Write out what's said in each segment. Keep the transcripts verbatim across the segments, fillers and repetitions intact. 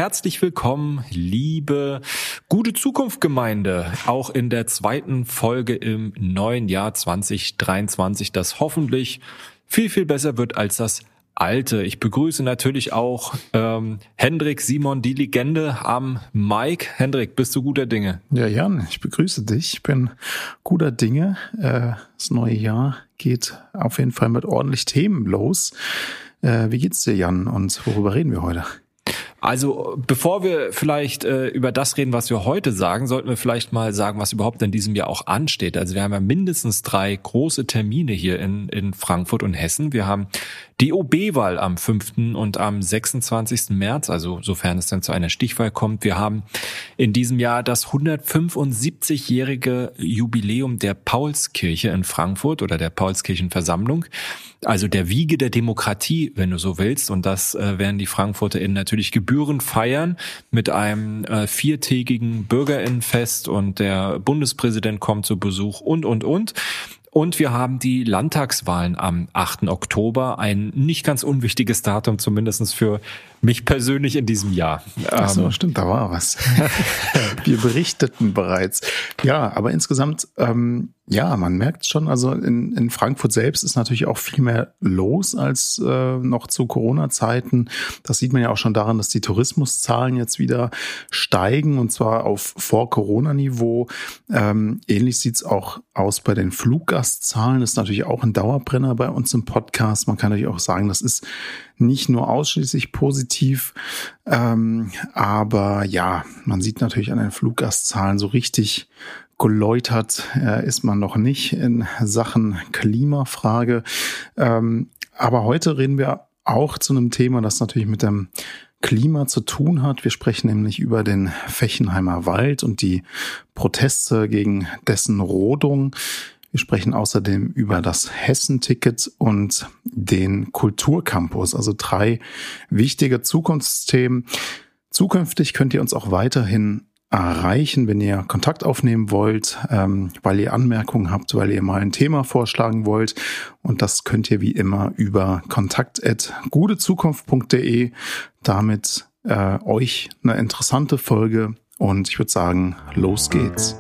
herzlich willkommen, liebe Gute Zukunft Gemeinde, auch in der zweiten Folge im neuen Jahr zwanzig dreiundzwanzig, das hoffentlich viel, viel besser wird als das alte. Ich begrüße natürlich auch ähm, Hendrik Simon, die Legende am Mic. Hendrik, bist du guter Dinge? Ja, Jan, ich begrüße dich. Ich bin guter Dinge. Äh, das neue Jahr geht auf jeden Fall mit ordentlich Themen los. Äh, wie geht's dir, Jan, und worüber reden wir heute? Also bevor wir vielleicht äh, über das reden, was wir heute sagen, sollten wir vielleicht mal sagen, was überhaupt in diesem Jahr auch ansteht. Also wir haben ja mindestens drei große Termine hier in, in Frankfurt und Hessen. Wir haben die O B-Wahl am fünften und am sechsundzwanzigsten März, also sofern es dann zu einer Stichwahl kommt. Wir haben in diesem Jahr das hundertfünfundsiebzigjährige Jubiläum der Paulskirche in Frankfurt oder der Paulskirchenversammlung, also der Wiege der Demokratie, wenn du so willst. Und das äh, werden die FrankfurterInnen natürlich gebührend feiern mit einem äh, viertägigen BürgerInnenfest und der Bundespräsident kommt zu Besuch und, und, und. Und wir haben die Landtagswahlen am achten Oktober, ein nicht ganz unwichtiges Datum, zumindest für mich persönlich in diesem Jahr. Ach so, ähm, stimmt, da war was. Wir berichteten bereits. Ja, aber insgesamt, ähm, ja, man merkt schon, also in, in Frankfurt selbst ist natürlich auch viel mehr los als äh, noch zu Corona-Zeiten. Das sieht man ja auch schon daran, dass die Tourismuszahlen jetzt wieder steigen, und zwar auf Vor-Corona-Niveau. Ähm, ähnlich sieht's auch aus bei den Fluggastzahlen. Das ist natürlich auch ein Dauerbrenner bei uns im Podcast. Man kann natürlich auch sagen, das ist nicht nur ausschließlich positiv, ähm, aber ja, man sieht natürlich an den Fluggastzahlen, so richtig geläutert äh, ist man noch nicht in Sachen Klimafrage. Ähm, aber heute reden wir auch zu einem Thema, das natürlich mit dem Klima zu tun hat. Wir sprechen nämlich über den Fechenheimer Wald und die Proteste gegen dessen Rodung. Wir sprechen außerdem über das Hessenticket und den Kulturcampus, also drei wichtige Zukunftsthemen. Zukünftig könnt ihr uns auch weiterhin erreichen, wenn ihr Kontakt aufnehmen wollt, ähm, weil ihr Anmerkungen habt, weil ihr mal ein Thema vorschlagen wollt. Und das könnt ihr wie immer über kontakt at gutezukunft punkt de. Damit äh, euch eine interessante Folge, und ich würde sagen, los geht's.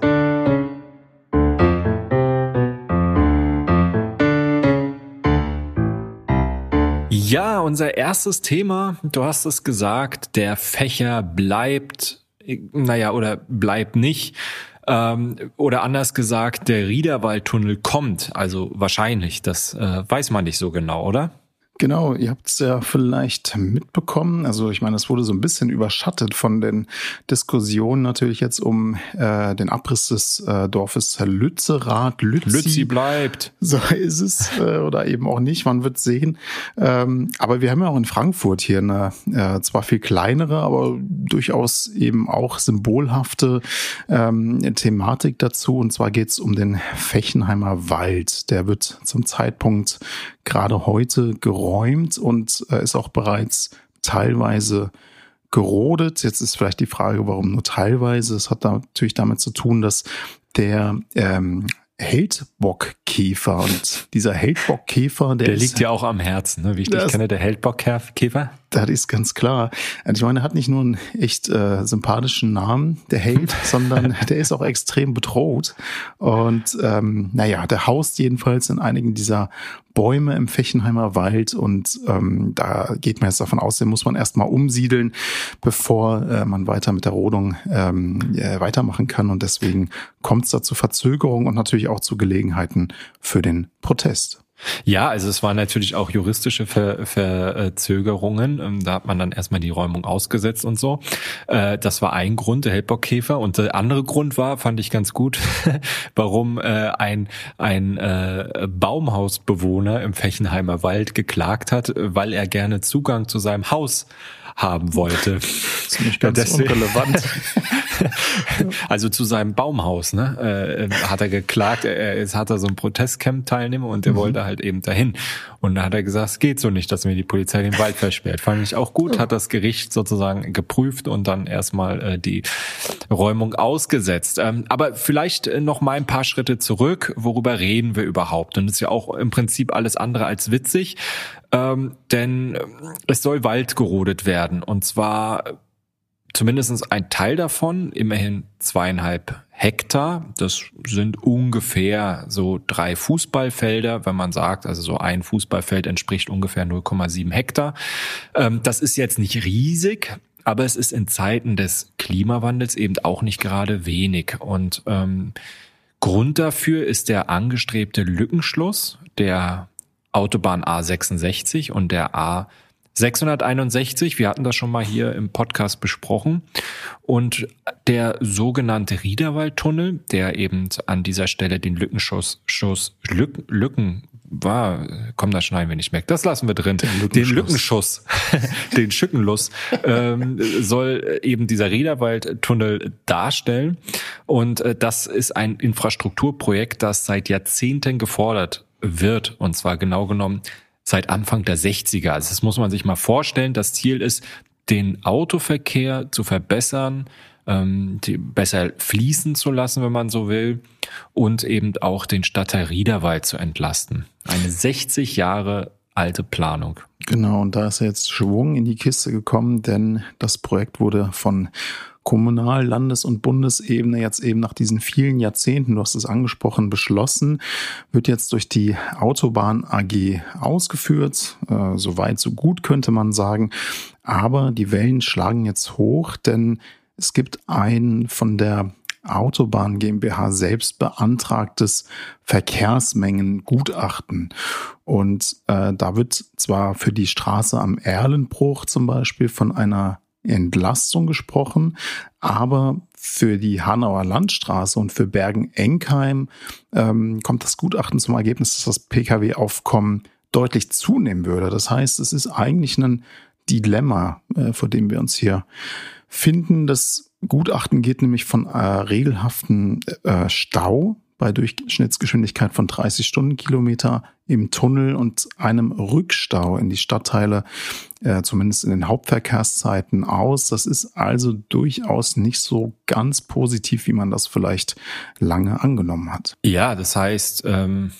Ja, unser erstes Thema, du hast es gesagt, der Fächer bleibt, naja, oder bleibt nicht. Ähm, oder anders gesagt, der Riederwaldtunnel kommt, also wahrscheinlich, das äh, weiß man nicht so genau, oder? Genau, ihr habt es ja vielleicht mitbekommen. Also ich meine, es wurde so ein bisschen überschattet von den Diskussionen natürlich jetzt um äh, den Abriss des äh, Dorfes Lützerath. Lützi. Lützi bleibt. So ist es, äh, oder eben auch nicht, man wird sehen. Ähm, aber wir haben ja auch in Frankfurt hier eine äh, zwar viel kleinere, aber durchaus eben auch symbolhafte ähm, Thematik dazu. Und zwar geht es um den Fechenheimer Wald. Der wird zum Zeitpunkt gerade heute geräumt und äh, ist auch bereits teilweise gerodet. Jetzt ist vielleicht die Frage, warum nur teilweise. Es hat da natürlich damit zu tun, dass der ähm, Heldbockkäfer und dieser Heldbockkäfer, der, der ist, liegt ja auch am Herzen, ne? Wie ich dich kenne, der Heldbockkäfer. Das ist ganz klar. Ich meine, er hat nicht nur einen echt äh, sympathischen Namen, der Held, sondern der ist auch extrem bedroht. Und ähm, naja, der haust jedenfalls in einigen dieser Bäume im Fechenheimer Wald. Und ähm, da geht man jetzt davon aus, den muss man erstmal umsiedeln, bevor äh, man weiter mit der Rodung ähm, äh, weitermachen kann. Und deswegen kommt es da zu Verzögerungen und natürlich auch zu Gelegenheiten für den Protest. Ja, also es waren natürlich auch juristische Ver- Verzögerungen. Da hat man dann erstmal die Räumung ausgesetzt und so. Das war ein Grund, der Heldbockkäfer. Und der andere Grund war, fand ich ganz gut, warum ein, ein Baumhausbewohner im Fechenheimer Wald geklagt hat, weil er gerne Zugang zu seinem Haus haben wollte. Das ist nicht ganz Deswegen, unrelevant. Also zu seinem Baumhaus, ne, äh, hat er geklagt, er, jetzt hat er so ein Protestcamp teilnehmer und der mhm. wollte halt eben dahin. Und da hat er gesagt, es geht so nicht, dass mir die Polizei den Wald versperrt. Fand ich auch gut, hat das Gericht sozusagen geprüft und dann erstmal äh, die Räumung ausgesetzt. Ähm, aber vielleicht noch mal ein paar Schritte zurück, worüber reden wir überhaupt? Und das ist ja auch im Prinzip alles andere als witzig. Ähm, denn es soll Wald gerodet werden, und zwar zumindest ein Teil davon, immerhin zweieinhalb Hektar. Das sind ungefähr so drei Fußballfelder, wenn man sagt, also so ein Fußballfeld entspricht ungefähr null Komma sieben Hektar. Ähm, das ist jetzt nicht riesig, aber es ist in Zeiten des Klimawandels eben auch nicht gerade wenig. Und ähm, Grund dafür ist der angestrebte Lückenschluss der Autobahn A sechsundsechzig und der A sechshunderteinundsechzig. Wir hatten das schon mal hier im Podcast besprochen. Und der sogenannte Riederwaldtunnel, der eben an dieser Stelle den Lückenschuss, Schuss, Lücken, Lücken, war, komm, da schneiden wir nicht weg. Das lassen wir drin. Den Lückenschuss, den Schückenluss, ähm, soll eben dieser Riederwaldtunnel darstellen. Und äh, das ist ein Infrastrukturprojekt, das seit Jahrzehnten gefordert wird. Und zwar genau genommen seit Anfang der sechziger. Also das muss man sich mal vorstellen. Das Ziel ist, den Autoverkehr zu verbessern, ähm, die besser fließen zu lassen, wenn man so will, und eben auch den Stadtteil Riederwald zu entlasten. Eine sechzig Jahre alte Planung. Genau, und da ist jetzt Schwung in die Kiste gekommen, denn das Projekt wurde von Kommunal-, Landes- und Bundesebene jetzt eben nach diesen vielen Jahrzehnten, du hast es angesprochen, beschlossen, wird jetzt durch die Autobahn A G ausgeführt. Äh, so weit, so gut könnte man sagen. Aber die Wellen schlagen jetzt hoch, denn es gibt ein von der Autobahn GmbH selbst beantragtes Verkehrsmengengutachten. Und äh, da wird zwar für die Straße am Erlenbruch zum Beispiel von einer Entlastung gesprochen, aber für die Hanauer Landstraße und für Bergen-Enkheim ähm, kommt das Gutachten zum Ergebnis, dass das Pkw-Aufkommen deutlich zunehmen würde. Das heißt, es ist eigentlich ein Dilemma, äh, vor dem wir uns hier finden. Das Gutachten geht nämlich von äh, regelhaften äh, Stau bei Durchschnittsgeschwindigkeit von dreißig Stundenkilometer im Tunnel und einem Rückstau in die Stadtteile, äh, zumindest in den Hauptverkehrszeiten, aus. Das ist also durchaus nicht so ganz positiv, wie man das vielleicht lange angenommen hat. Ja, das heißt, ähm,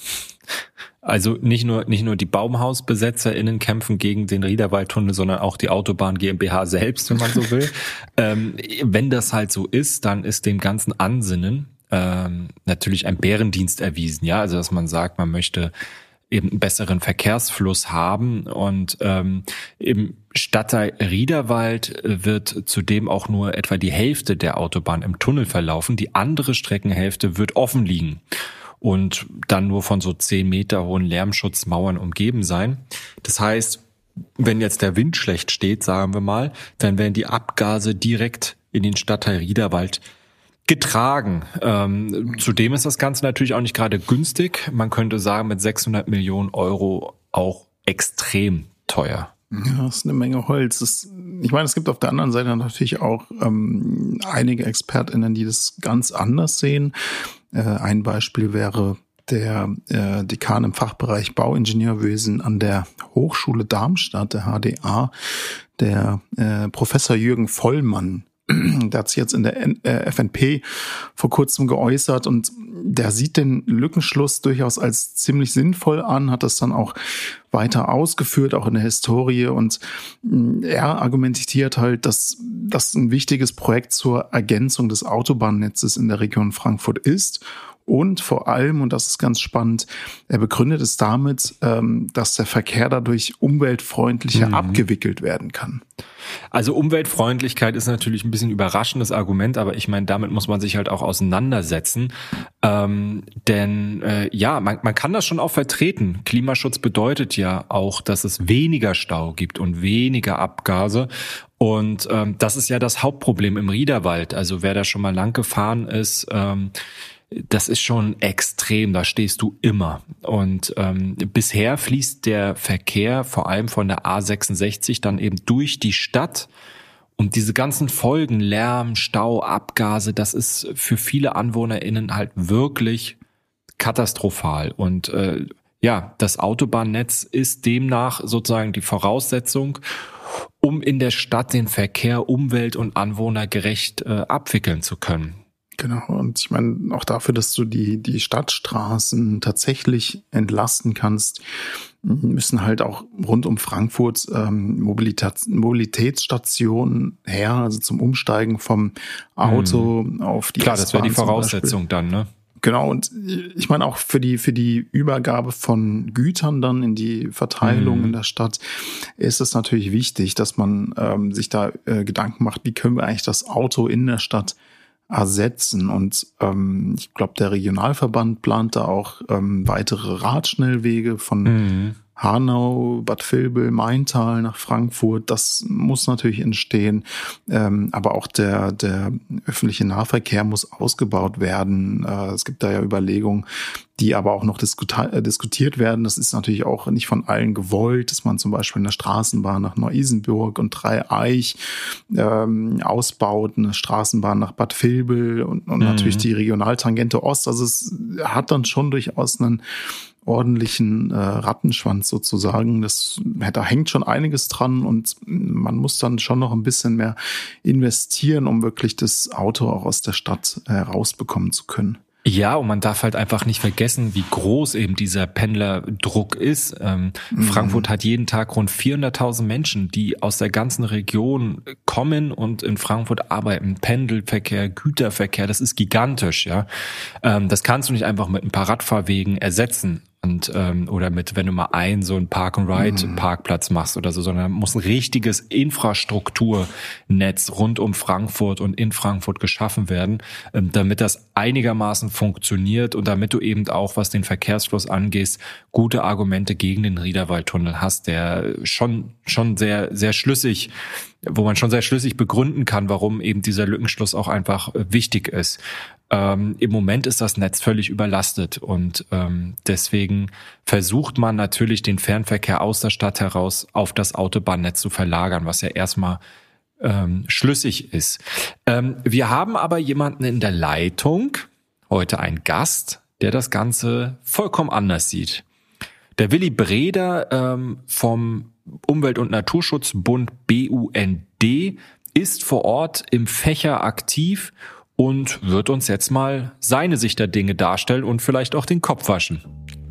also nicht nur nicht nur die BaumhausbesetzerInnen kämpfen gegen den Riederwaldtunnel, sondern auch die Autobahn GmbH selbst, wenn man so will. ähm, wenn das halt so ist, dann ist dem ganzen Ansinnen ähm, natürlich ein Bärendienst erwiesen, ja, also dass man sagt, man möchte eben einen besseren Verkehrsfluss haben und ähm, im Stadtteil Riederwald wird zudem auch nur etwa die Hälfte der Autobahn im Tunnel verlaufen, die andere Streckenhälfte wird offen liegen und dann nur von so zehn Meter hohen Lärmschutzmauern umgeben sein. Das heißt, wenn jetzt der Wind schlecht steht, sagen wir mal, dann werden die Abgase direkt in den Stadtteil Riederwald getragen. Ähm, zudem ist das Ganze natürlich auch nicht gerade günstig. Man könnte sagen, mit sechshundert Millionen Euro auch extrem teuer. Ja, das ist eine Menge Holz. Das, ich meine, es gibt auf der anderen Seite natürlich auch ähm, einige ExpertInnen, die das ganz anders sehen. Äh, ein Beispiel wäre der äh, Dekan im Fachbereich Bauingenieurwesen an der Hochschule Darmstadt, der H D A, der äh, Professor Jürgen Vollmann. Der hat sich jetzt in der F N P vor kurzem geäußert und der sieht den Lückenschluss durchaus als ziemlich sinnvoll an, hat das dann auch weiter ausgeführt, auch in der Historie, und er argumentiert halt, dass das ein wichtiges Projekt zur Ergänzung des Autobahnnetzes in der Region Frankfurt ist. Und vor allem, und das ist ganz spannend, er begründet es damit, dass der Verkehr dadurch umweltfreundlicher mhm. abgewickelt werden kann. Also Umweltfreundlichkeit ist natürlich ein bisschen ein überraschendes Argument, aber ich meine, damit muss man sich halt auch auseinandersetzen. Ähm, denn äh, ja, man, man kann das schon auch vertreten. Klimaschutz bedeutet ja auch, dass es weniger Stau gibt und weniger Abgase. Und ähm, das ist ja das Hauptproblem im Riederwald. Also wer da schon mal lang gefahren ist, ähm, das ist schon extrem, da stehst du immer. Und ähm, bisher fließt der Verkehr vor allem von der A sechsundsechzig dann eben durch die Stadt. Und diese ganzen Folgen, Lärm, Stau, Abgase, das ist für viele AnwohnerInnen halt wirklich katastrophal. Und äh, ja, das Autobahnnetz ist demnach sozusagen die Voraussetzung, um in der Stadt den Verkehr umwelt- und anwohnergerecht äh, abwickeln zu können. Genau, und ich meine, auch dafür, dass du die die Stadtstraßen tatsächlich entlasten kannst, müssen halt auch rund um Frankfurt ähm, Mobilitäts- Mobilitätsstationen her, also zum Umsteigen vom Auto hm. auf die Klar, S-Bahn. Klar, das wäre die Voraussetzung dann, ne? Genau, und ich meine auch für die für die Übergabe von Gütern dann in die Verteilung mhm. in der Stadt ist es natürlich wichtig, dass man ähm, sich da äh, Gedanken macht, wie können wir eigentlich das Auto in der Stadt ersetzen. Und ähm, ich glaube, der Regionalverband plant da auch ähm, weitere Radschnellwege von mhm. Hanau, Bad Vilbel, Maintal nach Frankfurt. Das muss natürlich entstehen. Ähm, aber auch der, der öffentliche Nahverkehr muss ausgebaut werden. Äh, es gibt da ja Überlegungen, die aber auch noch diskuta- äh, diskutiert werden. Das ist natürlich auch nicht von allen gewollt, dass man zum Beispiel eine Straßenbahn nach Neu-Isenburg und Dreieich ähm, ausbaut, eine Straßenbahn nach Bad Vilbel und, und mhm. natürlich die Regionaltangente Ost. Also es hat dann schon durchaus einen ordentlichen äh, Rattenschwanz sozusagen. Das, da hängt schon einiges dran und man muss dann schon noch ein bisschen mehr investieren, um wirklich das Auto auch aus der Stadt herausbekommen zu können. Ja, und man darf halt einfach nicht vergessen, wie groß eben dieser Pendlerdruck ist. Ähm, mhm. Frankfurt hat jeden Tag rund vierhunderttausend Menschen, die aus der ganzen Region kommen und in Frankfurt arbeiten. Pendelverkehr, Güterverkehr, das ist gigantisch, ja. Ähm, das kannst du nicht einfach mit ein paar Radfahrwegen ersetzen. Und ähm, oder mit, wenn du mal ein so ein Park-and-Ride-Parkplatz machst oder so, sondern muss ein richtiges Infrastrukturnetz rund um Frankfurt und in Frankfurt geschaffen werden, ähm, damit das einigermaßen funktioniert und damit du eben auch, was den Verkehrsfluss angeht, gute Argumente gegen den Riederwaldtunnel hast, der schon schon sehr sehr schlüssig, wo man schon sehr schlüssig begründen kann, warum eben dieser Lückenschluss auch einfach wichtig ist. Ähm, im Moment ist das Netz völlig überlastet und ähm, deswegen versucht man natürlich den Fernverkehr aus der Stadt heraus auf das Autobahnnetz zu verlagern, was ja erstmal ähm, schlüssig ist. Ähm, wir haben aber jemanden in der Leitung, heute ein Gast, der das Ganze vollkommen anders sieht. Der Willi Breder ähm, vom Umwelt- und Naturschutzbund B U N D ist vor Ort im Fächer aktiv und wird uns jetzt mal seine Sicht der Dinge darstellen und vielleicht auch den Kopf waschen.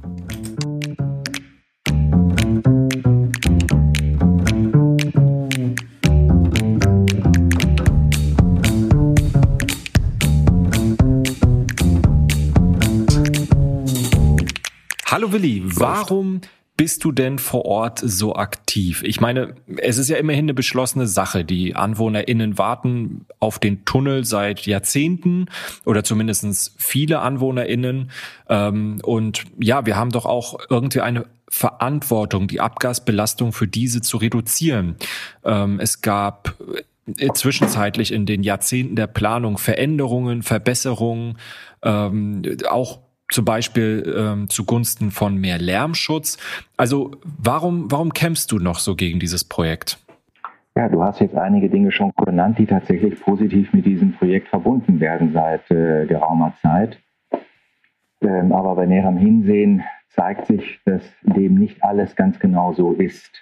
Hallo Willi, warum bist du denn vor Ort so aktiv? Ich meine, es ist ja immerhin eine beschlossene Sache. Die AnwohnerInnen warten auf den Tunnel seit Jahrzehnten oder zumindest viele AnwohnerInnen. Und ja, wir haben doch auch irgendwie eine Verantwortung, die Abgasbelastung für diese zu reduzieren. Es gab zwischenzeitlich in den Jahrzehnten der Planung Veränderungen, Verbesserungen, auch zum Beispiel ähm, zugunsten von mehr Lärmschutz. Also warum, warum kämpfst du noch so gegen dieses Projekt? Ja, du hast jetzt einige Dinge schon genannt, die tatsächlich positiv mit diesem Projekt verbunden werden seit äh, geraumer Zeit. Ähm, aber bei näherem Hinsehen zeigt sich, dass dem nicht alles ganz genau so ist.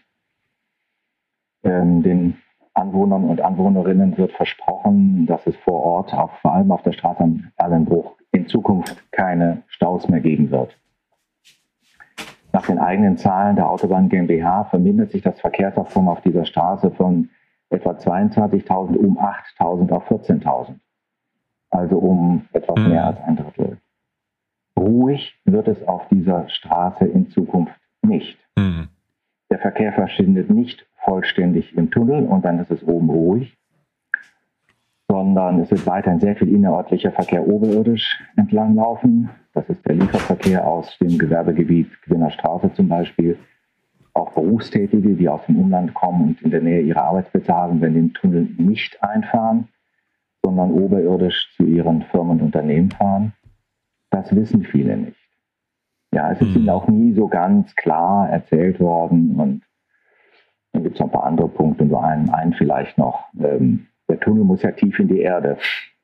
Ähm, den Anwohnern und Anwohnerinnen wird versprochen, dass es vor Ort, auch vor allem auf der Straße am Erlenbruch, in Zukunft keine Staus mehr geben wird. Nach den eigenen Zahlen der Autobahn GmbH vermindert sich das Verkehrsaufkommen auf dieser Straße von etwa zweiundzwanzigtausend um achttausend auf vierzehntausend. Also um etwas mhm. mehr als ein Drittel. Ruhig wird es auf dieser Straße in Zukunft nicht. Mhm. Der Verkehr verschwindet nicht vollständig im Tunnel und dann ist es oben ruhig, sondern es wird weiterhin sehr viel innerörtlicher Verkehr oberirdisch entlanglaufen. Das ist der Lieferverkehr aus dem Gewerbegebiet Gewinner Straße zum Beispiel. Auch Berufstätige, die aus dem Umland kommen und in der Nähe ihre Arbeitsplätze haben, werden den Tunnel nicht einfahren, sondern oberirdisch zu ihren Firmen und Unternehmen fahren. Das wissen viele nicht. Ja, es ist ihnen auch nie so ganz klar erzählt worden und dann gibt es noch ein paar andere Punkte, nur einen, einen vielleicht noch. Ähm, der Tunnel muss ja tief in die Erde.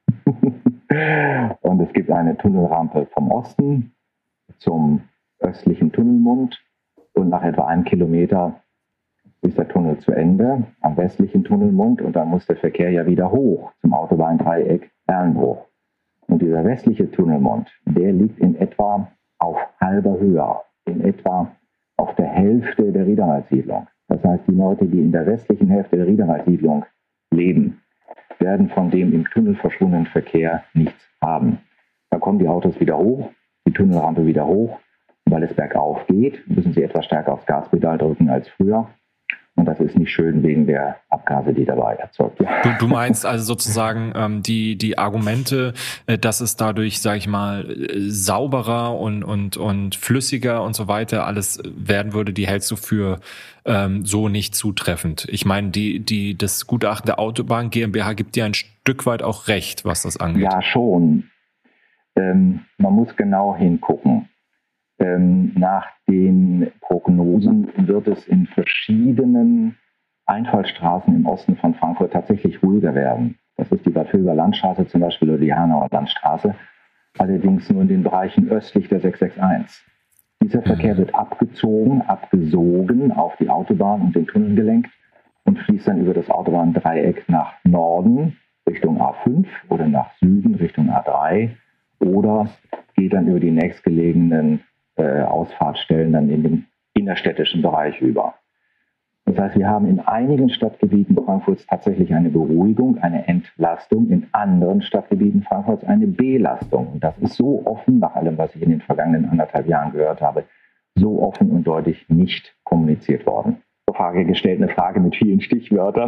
Und es gibt eine Tunnelrampe vom Osten zum östlichen Tunnelmund und nach etwa einem Kilometer ist der Tunnel zu Ende am westlichen Tunnelmund und dann muss der Verkehr ja wieder hoch zum Autobahndreieck Erlenbruch. Und dieser westliche Tunnelmund, der liegt in etwa auf halber Höhe, in etwa auf der Hälfte Hälfte der Riederwaldsiedlung. Das heißt, die Leute, die in der westlichen Hälfte der Riederwaldsiedlung leben, werden von dem im Tunnel verschwundenen Verkehr nichts haben. Dann kommen die Autos wieder hoch, die Tunnelrampe wieder hoch. Und weil es bergauf geht, müssen sie etwas stärker aufs Gaspedal drücken als früher. Und das ist nicht schön wegen der Abgase, die dabei erzeugt werden. Du, du meinst also sozusagen ähm, die die Argumente, äh, dass es dadurch, sage ich mal, äh, sauberer und und und flüssiger und so weiter alles werden würde, die hältst du für ähm, so nicht zutreffend. Ich meine, die die das Gutachten der Autobahn GmbH gibt dir ein Stück weit auch recht, was das angeht. Ja, schon. Ähm, man muss genau hingucken. Ähm, nach den Prognosen wird es in verschiedenen Einfallstraßen im Osten von Frankfurt tatsächlich ruhiger werden. Das ist die Bad Vilbel Landstraße zum Beispiel oder die Hanauer Landstraße, allerdings nur in den Bereichen östlich der sechs sechs eins. Dieser Verkehr wird abgezogen, abgesogen auf die Autobahn und den Tunnel gelenkt und fließt dann über das Autobahndreieck nach Norden Richtung A fünf oder nach Süden Richtung A drei oder geht dann über die nächstgelegenen Äh, Ausfahrtsstellen dann in den innerstädtischen Bereich über. Das heißt, wir haben in einigen Stadtgebieten Frankfurts tatsächlich eine Beruhigung, eine Entlastung, in anderen Stadtgebieten Frankfurts eine Belastung. Und das ist so offen, nach allem, was ich in den vergangenen anderthalb Jahren gehört habe, so offen und deutlich nicht kommuniziert worden. Zur Frage gestellt, eine Frage mit vielen Stichwörtern.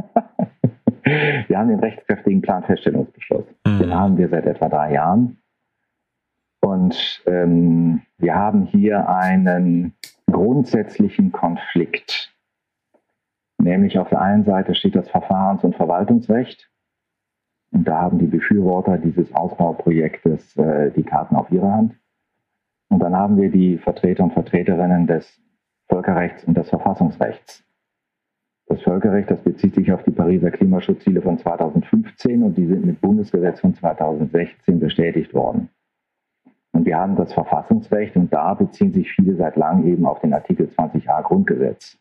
Wir haben den rechtskräftigen Planfeststellungsbeschluss. Mhm. Den haben wir seit etwa drei Jahren. Und ähm, wir haben hier einen grundsätzlichen Konflikt. Nämlich auf der einen Seite steht das Verfahrens- und Verwaltungsrecht. Und da haben die Befürworter dieses Ausbauprojektes äh, die Karten auf ihrer Hand. Und dann haben wir die Vertreter und Vertreterinnen des Völkerrechts und des Verfassungsrechts. Das Völkerrecht, das bezieht sich auf die Pariser Klimaschutzziele von zweitausendfünfzehn und die sind mit Bundesgesetz von zweitausendsechzehn bestätigt worden. Und wir haben das Verfassungsrecht und da beziehen sich viele seit langem eben auf den Artikel zwanzig a Grundgesetz.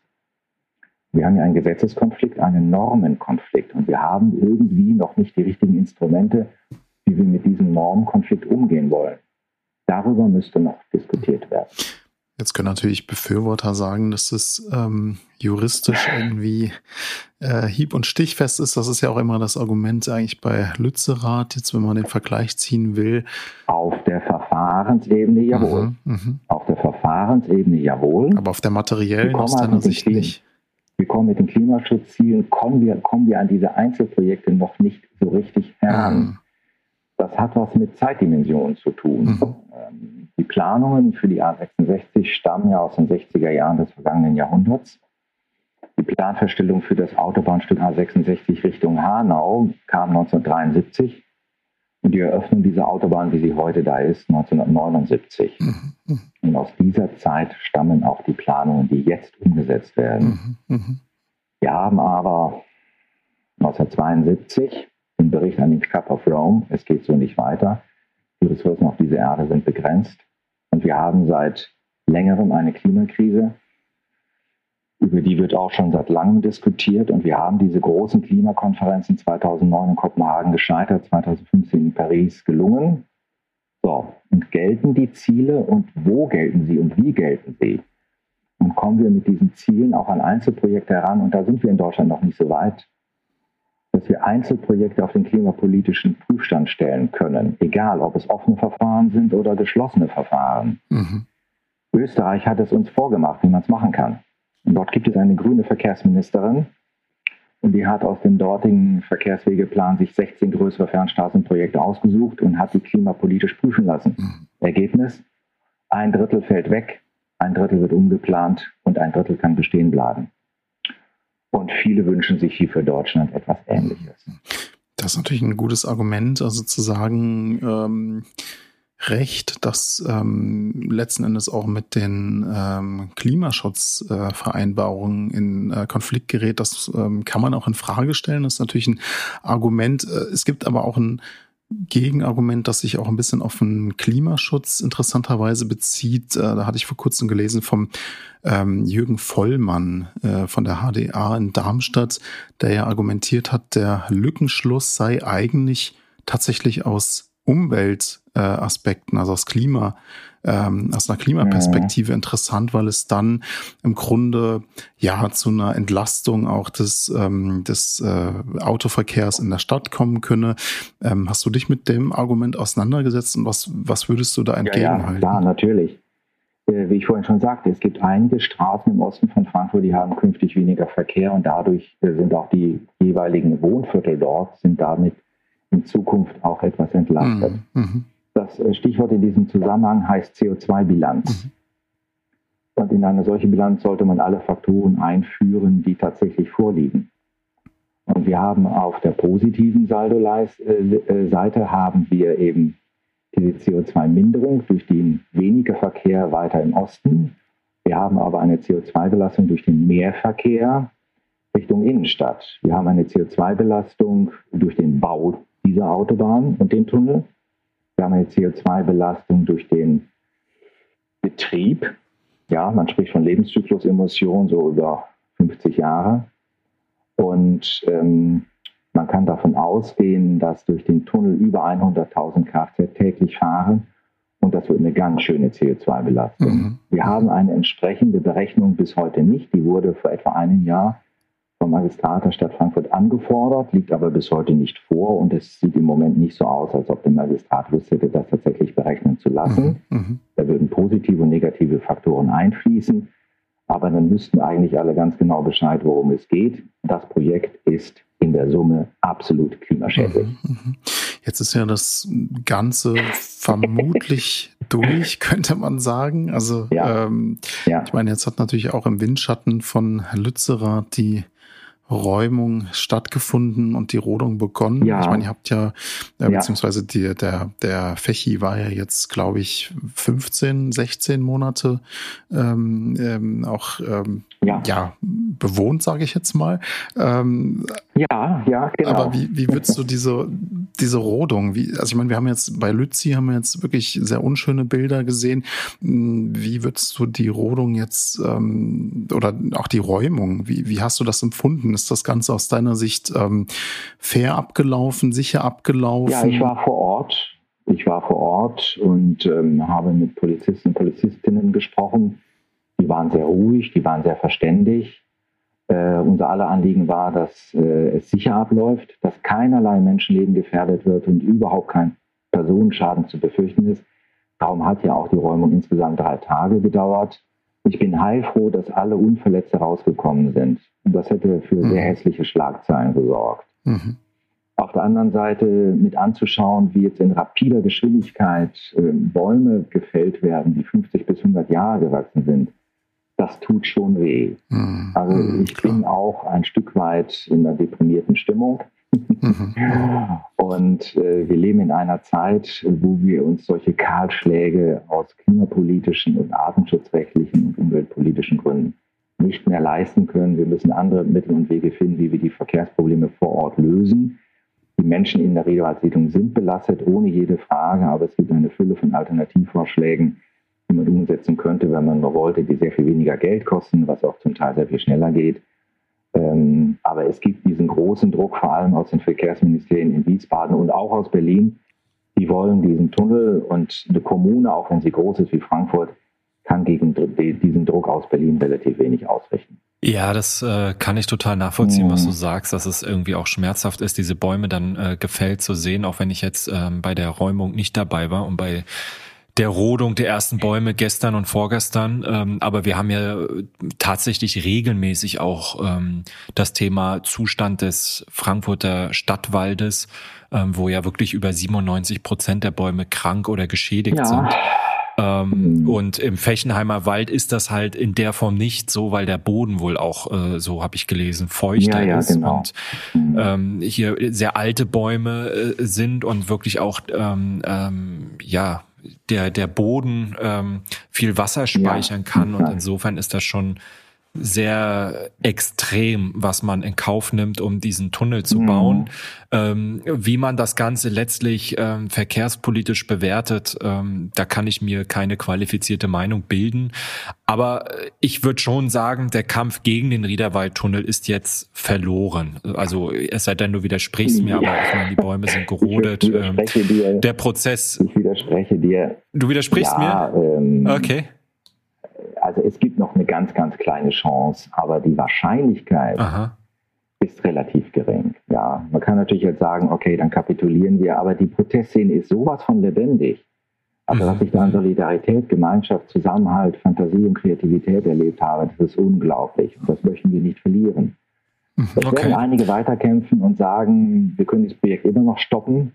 Wir haben hier einen Gesetzeskonflikt, einen Normenkonflikt und wir haben irgendwie noch nicht die richtigen Instrumente, wie wir mit diesem Normenkonflikt umgehen wollen. Darüber müsste noch diskutiert werden. Jetzt können natürlich Befürworter sagen, dass es ähm, juristisch irgendwie äh, hieb- und stichfest ist. Das ist ja auch immer das Argument eigentlich bei Lützerath, jetzt wenn man den Vergleich ziehen will. Auf der Verfahrensebene jawohl. Mhm, mh. Auf der Verfahrensebene jawohl. Aber auf der materiellen aus deiner Sicht nicht. Wir kommen mit den Klimaschutzzielen, kommen wir, kommen wir an diese Einzelprojekte noch nicht so richtig heran. Mhm. Das hat was mit Zeitdimensionen zu tun. Mhm. Ähm, die Planungen für die A sechsundsechzig stammen ja aus den sechziger Jahren des vergangenen Jahrhunderts. Die Planfeststellung für das Autobahnstück A sechsundsechzig Richtung Hanau kam neunzehnhundertdreiundsiebzig und die Eröffnung dieser Autobahn, wie sie heute da ist, neunzehnhundertneunundsiebzig. Mhm. Und aus dieser Zeit stammen auch die Planungen, die jetzt umgesetzt werden. Mhm. Wir haben aber neunzehnhundertzweiundsiebzig den Bericht an den Club of Rome, es geht so nicht weiter. Die Ressourcen auf dieser Erde sind begrenzt. Und wir haben seit längerem eine Klimakrise, über die wird auch schon seit langem diskutiert. Und wir haben diese großen Klimakonferenzen zweitausendneun in Kopenhagen gescheitert, zweitausendfünfzehn in Paris gelungen. So, und gelten die Ziele und wo gelten sie und wie gelten sie? Und kommen wir mit diesen Zielen auch an Einzelprojekte heran? Und da sind wir in Deutschland noch nicht so weit, dass wir Einzelprojekte auf den klimapolitischen Prüfstand stellen können, egal ob es offene Verfahren sind oder geschlossene Verfahren. Mhm. Österreich hat es uns vorgemacht, wie man es machen kann. Und dort gibt es eine grüne Verkehrsministerin und die hat aus dem dortigen Verkehrswegeplan sich sechzehn größere Fernstraßenprojekte ausgesucht und hat die klimapolitisch prüfen lassen. Mhm. Ergebnis, ein Drittel fällt weg, ein Drittel wird umgeplant und ein Drittel kann bestehen bleiben. Und viele wünschen sich hier für Deutschland etwas Ähnliches. Das ist natürlich ein gutes Argument, also zu sagen, ähm, Recht, das ähm, letzten Endes auch mit den ähm, Klimaschutzvereinbarungen äh, in äh, Konflikt gerät, das ähm, kann man auch in Frage stellen. Das ist natürlich ein Argument. Es gibt aber auch ein Gegenargument, das sich auch ein bisschen auf den Klimaschutz interessanterweise bezieht. Äh, da hatte ich vor kurzem gelesen vom ähm, Jürgen Vollmann äh, von der H D A in Darmstadt, der ja argumentiert hat, der Lückenschluss sei eigentlich tatsächlich aus Umweltaspekten, äh, also aus Klima, ähm, aus einer Klimaperspektive mhm. interessant, weil es dann im Grunde ja zu einer Entlastung auch des ähm, des äh, Autoverkehrs in der Stadt kommen könne. Ähm, hast du dich mit dem Argument auseinandergesetzt und was was würdest du da entgegenhalten? Ja, ja, klar, natürlich. Äh, wie ich vorhin schon sagte, es gibt einige Straßen im Osten von Frankfurt, die haben künftig weniger Verkehr und dadurch äh, sind auch die jeweiligen Wohnviertel dort sind damit in Zukunft auch etwas entlastet. Mhm. Das Stichwort in diesem Zusammenhang heißt C O zwei Bilanz. Mhm. Und in eine solche Bilanz sollte man alle Faktoren einführen, die tatsächlich vorliegen. Und wir haben auf der positiven Saldo-Seite haben wir eben diese C O zwei Minderung durch den weniger Verkehr weiter im Osten. Wir haben aber eine C O zwei Belastung durch den Mehrverkehr Richtung Innenstadt. Wir haben eine C O zwei Belastung durch den Bau dieser Autobahn und den Tunnel. Wir haben eine C O zwei Belastung durch den Betrieb. Ja, man spricht von Lebenszyklusemissionen, so über fünfzig Jahre. Und ähm, man kann davon ausgehen, dass durch den Tunnel über hunderttausend Kfz täglich fahren. Und das wird eine ganz schöne C O zwei Belastung. Mhm. Wir haben eine entsprechende Berechnung bis heute nicht. Die wurde vor etwa einem Jahr vom Magistrat der Stadt Frankfurt angefordert, liegt aber bis heute nicht vor und es sieht im Moment nicht so aus, als ob der Magistrat Lust hätte, das tatsächlich berechnen zu lassen. Mhm. Da würden positive und negative Faktoren einfließen, aber dann wüssten eigentlich alle ganz genau Bescheid, worum es geht. Das Projekt ist in der Summe absolut klimaschädlich. Mhm. Jetzt ist ja das Ganze vermutlich durch, könnte man sagen. Also ja. Ähm, ja. ich meine, jetzt hat natürlich auch im Windschatten von Lützerath die Räumung stattgefunden und die Rodung begonnen. Ja. Ich meine, ihr habt ja, äh, beziehungsweise die, der, der Fechi war ja jetzt, glaube ich, fünfzehn, sechzehn Monate ähm, ähm, auch ähm, ja. ja bewohnt, sage ich jetzt mal. Ähm, ja, ja, genau. Aber wie, wie würdest du diese, diese Rodung, wie, also ich meine, wir haben jetzt bei Lützi haben wir jetzt wirklich sehr unschöne Bilder gesehen. Wie würdest du die Rodung jetzt ähm, oder auch die Räumung, wie, wie hast du das empfunden? Ist das Ganze aus deiner Sicht ähm, fair abgelaufen, sicher abgelaufen? Ja, ich war vor Ort. Ich war vor Ort und ähm, habe mit Polizisten und Polizistinnen gesprochen. Die waren sehr ruhig, die waren sehr verständig. Äh, unser aller Anliegen war, dass äh, es sicher abläuft, dass keinerlei Menschenleben gefährdet wird und überhaupt kein Personenschaden zu befürchten ist. Darum hat ja auch die Räumung insgesamt drei Tage gedauert. Ich bin heilfroh, dass alle Unverletzte rausgekommen sind. Und das hätte für mhm. sehr hässliche Schlagzeilen gesorgt. Mhm. Auf der anderen Seite mit anzuschauen, wie jetzt in rapider Geschwindigkeit äh, Bäume gefällt werden, die fünfzig bis hundert Jahre gewachsen sind, das tut schon weh. Mhm. Also ich Klar. bin auch ein Stück weit in einer deprimierten Stimmung. Mhm. Und äh, wir leben in einer Zeit, wo wir uns solche Kahlschläge aus klimapolitischen und artenschutzrechtlichen und umweltpolitischen Gründen nicht mehr leisten können. Wir müssen andere Mittel und Wege finden, wie wir die Verkehrsprobleme vor Ort lösen. Die Menschen in der Redewaldssiedlung sind belastet, ohne jede Frage, aber es gibt eine Fülle von Alternativvorschlägen, die man umsetzen könnte, wenn man nur wollte, die sehr viel weniger Geld kosten, was auch zum Teil sehr viel schneller geht. Ähm, aber es gibt diesen großen Druck, vor allem aus den Verkehrsministerien in Wiesbaden und auch aus Berlin. Die wollen diesen Tunnel und eine Kommune, auch wenn sie groß ist wie Frankfurt, kann gegen diesen Druck aus Berlin relativ wenig ausrichten. Ja, das äh, kann ich total nachvollziehen, mhm. was du sagst, dass es irgendwie auch schmerzhaft ist, diese Bäume dann äh, gefällt zu sehen, auch wenn ich jetzt ähm, bei der Räumung nicht dabei war und bei der Rodung der ersten Bäume gestern und vorgestern. Ähm, aber wir haben ja tatsächlich regelmäßig auch ähm, das Thema Zustand des Frankfurter Stadtwaldes, ähm, wo ja wirklich über siebenundneunzig Prozent der Bäume krank oder geschädigt ja. sind. Ähm, mhm. Und im Fechenheimer Wald ist das halt in der Form nicht so, weil der Boden wohl auch, äh, so habe ich gelesen, feuchter ja, ja, ist genau. und mhm. ähm, hier sehr alte Bäume äh, sind und wirklich auch, ähm, ähm, ja, der der Boden ähm, viel Wasser speichern ja. kann und insofern ist das schon sehr extrem, was man in Kauf nimmt, um diesen Tunnel zu mhm. bauen. Ähm, wie man das Ganze letztlich ähm, verkehrspolitisch bewertet, ähm, da kann ich mir keine qualifizierte Meinung bilden. Aber ich würde schon sagen, der Kampf gegen den Riederwaldtunnel ist jetzt verloren. Also es sei denn, du widersprichst mir, aber ich meine, die Bäume sind gerodet. Ich widerspreche dir. Der Prozess. Ich widerspreche dir. Du widersprichst ja, mir? Ähm, okay. Also es gibt noch eine ganz, ganz kleine Chance, aber die Wahrscheinlichkeit Aha. ist relativ gering. Ja, man kann natürlich jetzt sagen, okay, dann kapitulieren wir, aber die Protestszene ist sowas von lebendig. Also was ich da an Solidarität, Gemeinschaft, Zusammenhalt, Fantasie und Kreativität erlebt habe, das ist unglaublich. Und das möchten wir nicht verlieren. Es okay. werden einige weiterkämpfen und sagen, wir können das Projekt immer noch stoppen.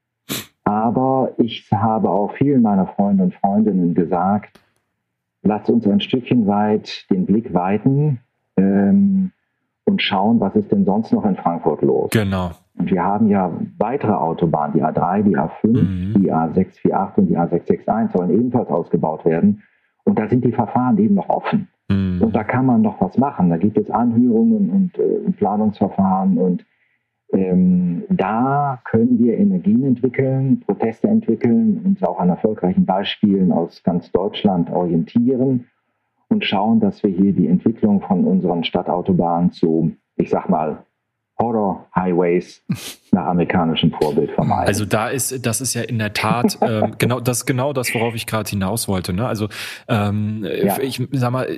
Aber ich habe auch vielen meiner Freunde und Freundinnen gesagt, lasst uns ein Stückchen weit den Blick weiten ähm, und schauen, was ist denn sonst noch in Frankfurt los. Genau. Und wir haben ja weitere Autobahnen, die A drei, die A fünf, mhm. die A sechs vier acht und die A sechs sechs eins sollen ebenfalls ausgebaut werden. Und da sind die Verfahren eben noch offen. Mhm. Und da kann man noch was machen. Da gibt es Anhörungen und äh, Planungsverfahren und Ähm, da können wir Energien entwickeln, Proteste entwickeln, uns auch an erfolgreichen Beispielen aus ganz Deutschland orientieren und schauen, dass wir hier die Entwicklung von unseren Stadtautobahnen zu, ich sag mal, Horror-Highways nach amerikanischem Vorbild vermeiden. Also da ist, das ist ja in der Tat äh, genau das, genau das, worauf ich gerade hinaus wollte. Ne? Also ähm, ja. ich sag mal,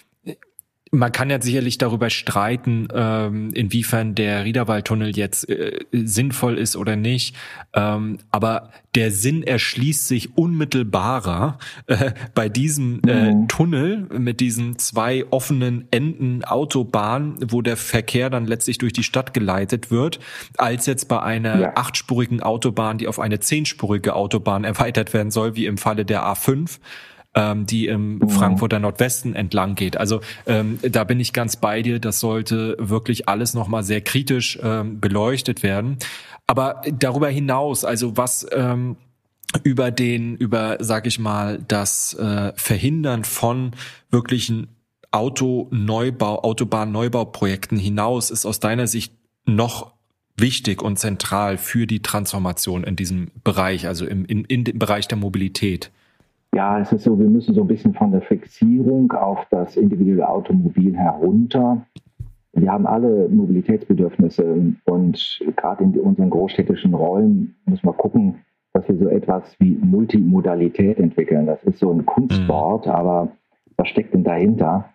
man kann ja sicherlich darüber streiten, ähm, inwiefern der Riederwaldtunnel jetzt äh, sinnvoll ist oder nicht. Ähm, aber der Sinn erschließt sich unmittelbarer äh, bei diesem äh, mhm. Tunnel mit diesen zwei offenen Enden Autobahn, wo der Verkehr dann letztlich durch die Stadt geleitet wird, als jetzt bei einer ja. achtspurigen Autobahn, die auf eine zehnspurige Autobahn erweitert werden soll, wie im Falle der A fünf. Die im mhm. Frankfurter Nordwesten entlang geht. Also ähm, da bin ich ganz bei dir, das sollte wirklich alles nochmal sehr kritisch ähm, beleuchtet werden. Aber darüber hinaus, also was ähm, über den, über, sag ich mal, das äh, Verhindern von wirklichen Autoneubau, Autobahn-Neubauprojekten hinaus ist aus deiner Sicht noch wichtig und zentral für die Transformation in diesem Bereich, also im, in, in dem Bereich der Mobilität? Ja, es ist so, wir müssen so ein bisschen von der Fixierung auf das individuelle Automobil herunter. Wir haben alle Mobilitätsbedürfnisse und gerade in unseren großstädtischen Räumen müssen wir gucken, dass wir so etwas wie Multimodalität entwickeln. Das ist so ein Kunstwort, mhm. aber was steckt denn dahinter?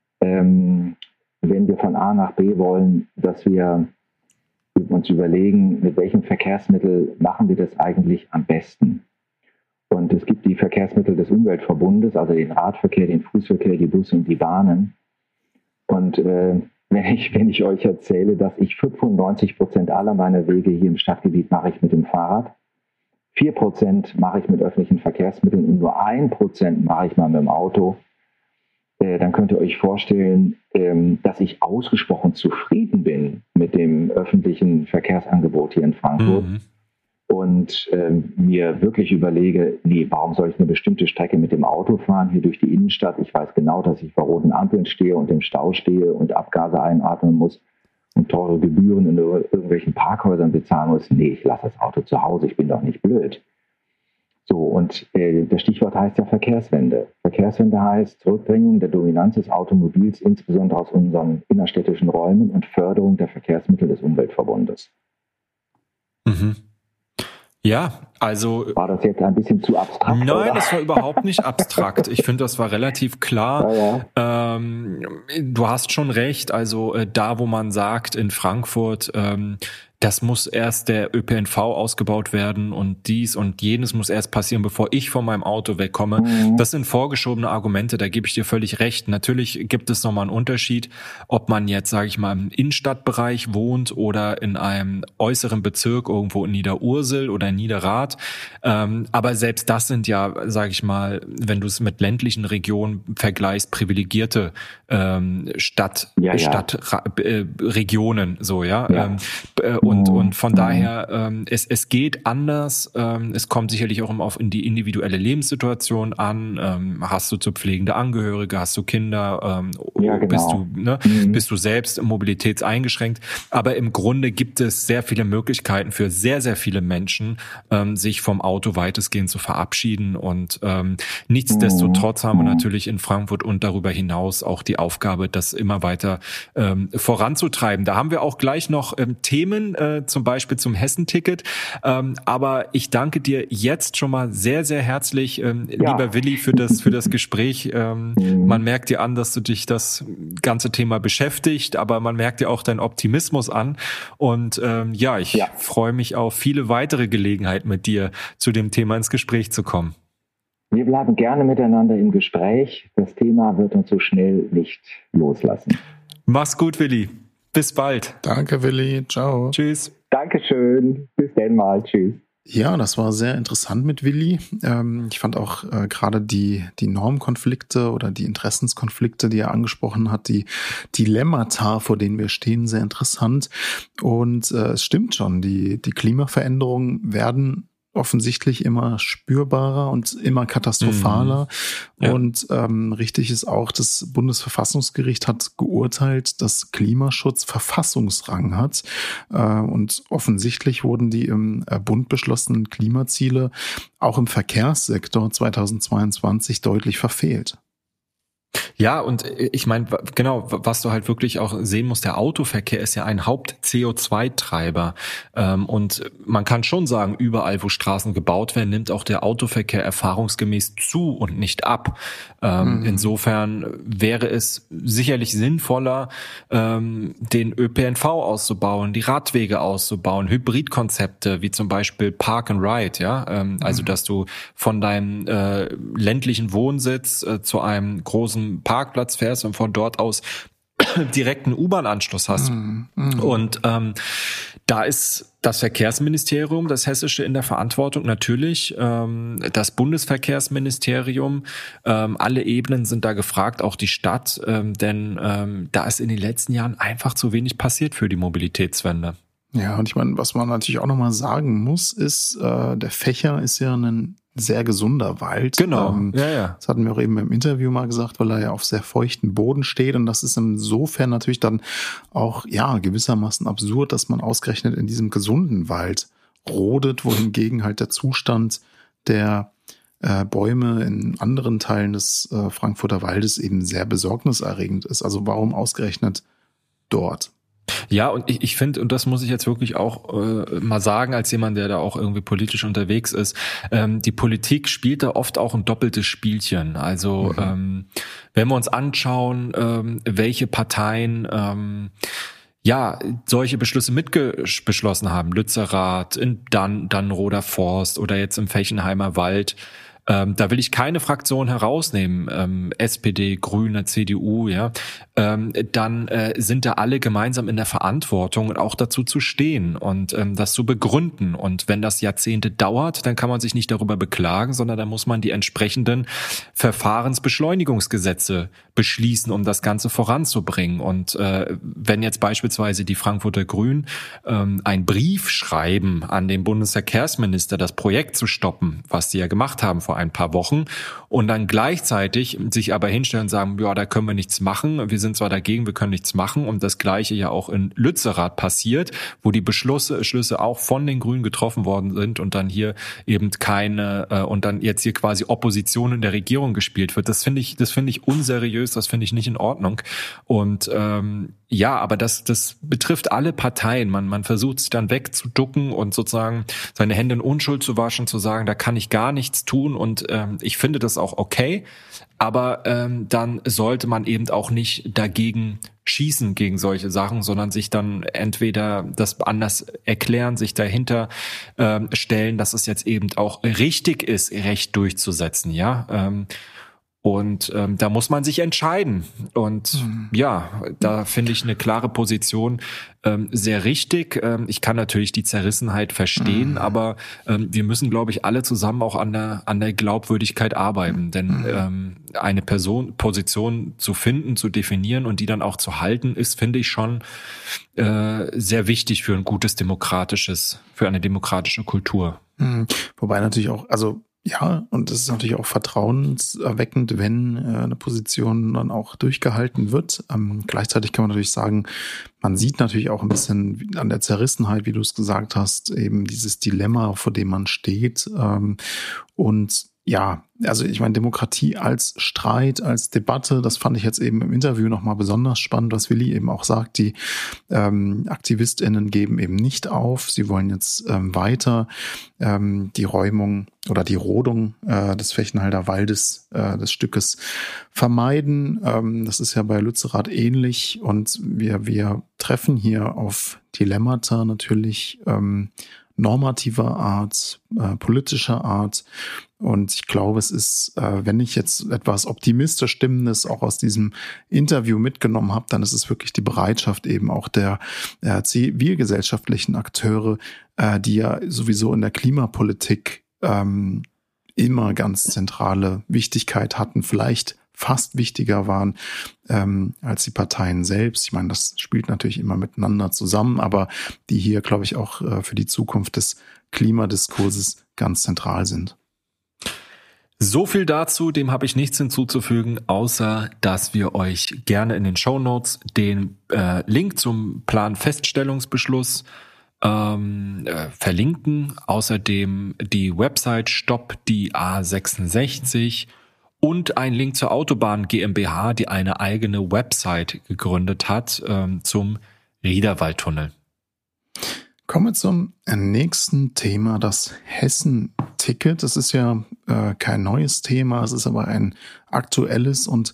Ähm, wenn wir von A nach B wollen, dass wir uns überlegen, mit welchem Verkehrsmittel machen wir das eigentlich am besten? Und es gibt die Verkehrsmittel des Umweltverbundes, also den Radverkehr, den Fußverkehr, die Busse und die Bahnen. Und äh, wenn ich, wenn ich euch erzähle, dass ich fünfundneunzig Prozent aller meiner Wege hier im Stadtgebiet mache ich mit dem Fahrrad, vier Prozent mache ich mit öffentlichen Verkehrsmitteln und nur ein Prozent mache ich mal mit dem Auto, äh, dann könnt ihr euch vorstellen, ähm, dass ich ausgesprochen zufrieden bin mit dem öffentlichen Verkehrsangebot hier in Frankfurt. Mhm. Und ähm, mir wirklich überlege, nee, warum soll ich eine bestimmte Strecke mit dem Auto fahren, hier durch die Innenstadt? Ich weiß genau, dass ich vor roten Ampeln stehe und im Stau stehe und Abgase einatmen muss und teure Gebühren in irgendwelchen Parkhäusern bezahlen muss. Nee, ich lasse das Auto zu Hause, ich bin doch nicht blöd. So, und äh, das Stichwort heißt ja Verkehrswende. Verkehrswende heißt Zurückbringung der Dominanz des Automobils, insbesondere aus unseren innerstädtischen Räumen und Förderung der Verkehrsmittel des Umweltverbundes. Mhm. Ja, also... War das jetzt ein bisschen zu abstrakt? Nein, oder? Das war überhaupt nicht abstrakt. Ich finde, das war relativ klar. Ja, ja. Ähm, du hast schon recht. Also äh, da, wo man sagt, in Frankfurt, ähm, das muss erst der Ö P N V ausgebaut werden und dies und jenes muss erst passieren, bevor ich von meinem Auto wegkomme. Mhm. Das sind vorgeschobene Argumente, da gebe ich dir völlig recht. Natürlich gibt es nochmal einen Unterschied, ob man jetzt, sage ich mal, im Innenstadtbereich wohnt oder in einem äußeren Bezirk, irgendwo in Niederursel oder in Niederrad. Ähm, aber selbst das sind ja, sage ich mal, wenn du es mit ländlichen Regionen vergleichst, privilegierte ähm, Stadt, ja, ja. Stadt, äh, Regionen, so, ja. ja. Ähm, äh, und und von daher ähm, es es geht anders. Ähm, es kommt sicherlich auch immer auf in die individuelle Lebenssituation an. Ähm, hast du zu pflegende Angehörige, hast du Kinder, ähm, ja, genau. bist du ne, mhm. bist du selbst mobilitätseingeschränkt. Aber im Grunde gibt es sehr viele Möglichkeiten für sehr sehr viele Menschen, ähm, sich vom Auto weitestgehend zu verabschieden. Und ähm, nichtsdestotrotz haben wir natürlich in Frankfurt und darüber hinaus auch die Aufgabe, das immer weiter ähm, voranzutreiben. Da haben wir auch gleich noch ähm, Themen, äh, zum Beispiel zum Hessenticket. Ähm, aber ich danke dir jetzt schon mal sehr, sehr herzlich, ähm, ja. lieber Willi, für das für das Gespräch. Ähm, mhm. Man merkt dir an, dass du dich das ganze Thema beschäftigt, aber man merkt dir auch deinen Optimismus an. Und ähm, ja, ich ja. freue mich auf viele weitere Gelegenheiten mit dir zu dem Thema ins Gespräch zu kommen. Wir bleiben gerne miteinander im Gespräch. Das Thema wird uns so schnell nicht loslassen. Mach's gut, Willi. Bis bald. Danke, Willi. Ciao. Tschüss. Dankeschön. Bis dann mal. Tschüss. Ja, das war sehr interessant mit Willi. Ähm, ich fand auch äh, gerade die die Normkonflikte oder die Interessenskonflikte, die er angesprochen hat, die Dilemmata, vor denen wir stehen, sehr interessant. Und äh, es stimmt schon, die die Klimaveränderungen werden offensichtlich immer spürbarer und immer katastrophaler. Mhm. Ja. Und ähm, richtig ist auch, das Bundesverfassungsgericht hat geurteilt, dass Klimaschutz Verfassungsrang hat. Äh, und offensichtlich wurden die im äh, Bund beschlossenen Klimaziele auch im Verkehrssektor zweitausendzweiundzwanzig deutlich verfehlt. Ja, und ich meine, genau, was du halt wirklich auch sehen musst, der Autoverkehr ist ja ein Haupt-C O zwei Treiber. Und man kann schon sagen, überall, wo Straßen gebaut werden, nimmt auch der Autoverkehr erfahrungsgemäß zu und nicht ab. Mhm. Insofern wäre es sicherlich sinnvoller, den Ö P N V auszubauen, die Radwege auszubauen, Hybridkonzepte, wie zum Beispiel Park and Ride, ja, also, dass du von deinem ländlichen Wohnsitz zu einem großen Parkplatz fährst und von dort aus direkten U-Bahn-Anschluss hast. Mm, mm. Und ähm, da ist das Verkehrsministerium, das Hessische, in der Verantwortung natürlich, ähm, das Bundesverkehrsministerium, ähm, alle Ebenen sind da gefragt, auch die Stadt, ähm, denn ähm, da ist in den letzten Jahren einfach zu wenig passiert für die Mobilitätswende. Ja, und ich meine, was man natürlich auch nochmal sagen muss, ist, äh, der Fächer ist ja ein sehr gesunder Wald. Genau, ähm, ja, ja. Das hatten wir auch eben im Interview mal gesagt, weil er ja auf sehr feuchten Boden steht. Und das ist insofern natürlich dann auch, ja, gewissermaßen absurd, dass man ausgerechnet in diesem gesunden Wald rodet, wohingegen halt der Zustand der äh, Bäume in anderen Teilen des äh, Frankfurter Waldes eben sehr besorgniserregend ist. Also warum ausgerechnet dort? Ja, und ich, ich finde, und das muss ich jetzt wirklich auch äh, mal sagen, als jemand, der da auch irgendwie politisch unterwegs ist, ähm, die Politik spielt da oft auch ein doppeltes Spielchen. Also mhm. ähm, wenn wir uns anschauen, ähm, welche Parteien ähm, ja solche Beschlüsse mitbeschlossen haben, Lützerath, in Dan- Dannenroder Forst oder jetzt im Fechenheimer Wald, Ähm, da will ich keine Fraktion herausnehmen, ähm, S P D, Grüne, C D U, ja, ähm, dann äh, sind da alle gemeinsam in der Verantwortung und auch dazu zu stehen und ähm, das zu begründen. Und wenn das Jahrzehnte dauert, dann kann man sich nicht darüber beklagen, sondern dann muss man die entsprechenden Verfahrensbeschleunigungsgesetze beschließen, um das Ganze voranzubringen. Und äh, wenn jetzt beispielsweise die Frankfurter Grünen ähm, einen Brief schreiben an den Bundesverkehrsminister, das Projekt zu stoppen, was die ja gemacht haben vor ein paar Wochen, und dann gleichzeitig sich aber hinstellen und sagen, ja, da können wir nichts machen, wir sind zwar dagegen, wir können nichts machen, und das Gleiche ja auch in Lützerath passiert, wo die Beschlüsse Schlüsse auch von den Grünen getroffen worden sind und dann hier eben keine, äh, und dann jetzt hier quasi Opposition in der Regierung gespielt wird. Das finde ich, das finde ich unseriös, das finde ich nicht in Ordnung. Und ähm, ja, aber das das betrifft alle Parteien. Man man versucht sich dann wegzuducken und sozusagen seine Hände in Unschuld zu waschen, zu sagen, da kann ich gar nichts tun, und ähm, ich finde das auch okay. Aber ähm, dann sollte man eben auch nicht dagegen schießen gegen solche Sachen, sondern sich dann entweder das anders erklären, sich dahinter ähm, stellen, dass es jetzt eben auch richtig ist, Recht durchzusetzen, ja. Ähm, Und ähm, da muss man sich entscheiden. Und mhm. ja, da finde ich eine klare Position ähm, sehr richtig. Ähm, ich kann natürlich die Zerrissenheit verstehen, mhm. aber ähm, wir müssen, glaube ich, alle zusammen auch an der an der Glaubwürdigkeit arbeiten. Denn mhm. ähm, eine Person, Position zu finden, zu definieren und die dann auch zu halten, ist, finde ich, schon äh, sehr wichtig für ein gutes demokratisches, für eine demokratische Kultur. Mhm. Wobei natürlich auch, also ja, und es ist natürlich auch vertrauenserweckend, wenn äh, eine Position dann auch durchgehalten wird. Ähm, gleichzeitig kann man natürlich sagen, man sieht natürlich auch ein bisschen an der Zerrissenheit, wie du es gesagt hast, eben dieses Dilemma, vor dem man steht. Ähm, und ja, also ich meine, Demokratie als Streit, als Debatte, das fand ich jetzt eben im Interview nochmal besonders spannend, was Willi eben auch sagt, die ähm, AktivistInnen geben eben nicht auf, sie wollen jetzt ähm, weiter ähm, die Räumung oder die Rodung äh, des Fechenhalder Waldes, äh, des Stückes vermeiden. Ähm, das ist ja bei Lützerath ähnlich und wir, wir treffen hier auf Dilemmata natürlich ähm, normativer Art, äh, politischer Art. Und ich glaube, es ist, äh, wenn ich jetzt etwas optimistisch Stimmendes auch aus diesem Interview mitgenommen habe, dann ist es wirklich die Bereitschaft eben auch der äh, zivilgesellschaftlichen Akteure, äh, die ja sowieso in der Klimapolitik ähm, immer ganz zentrale Wichtigkeit hatten, vielleicht fast wichtiger waren ähm, als die Parteien selbst. Ich meine, das spielt natürlich immer miteinander zusammen, aber die hier, glaube ich, auch äh, für die Zukunft des Klimadiskurses ganz zentral sind. So viel dazu, dem habe ich nichts hinzuzufügen, außer dass wir euch gerne in den Shownotes den äh, Link zum Planfeststellungsbeschluss ähm, äh, verlinken. Außerdem die Website Stopp die A sechsundsechzig und ein Link zur Autobahn GmbH, die eine eigene Website gegründet hat ähm, zum Riederwaldtunnel. Kommen wir zum nächsten Thema, das Hessen-Ticket. Das ist ja äh, kein neues Thema, es ist aber ein aktuelles und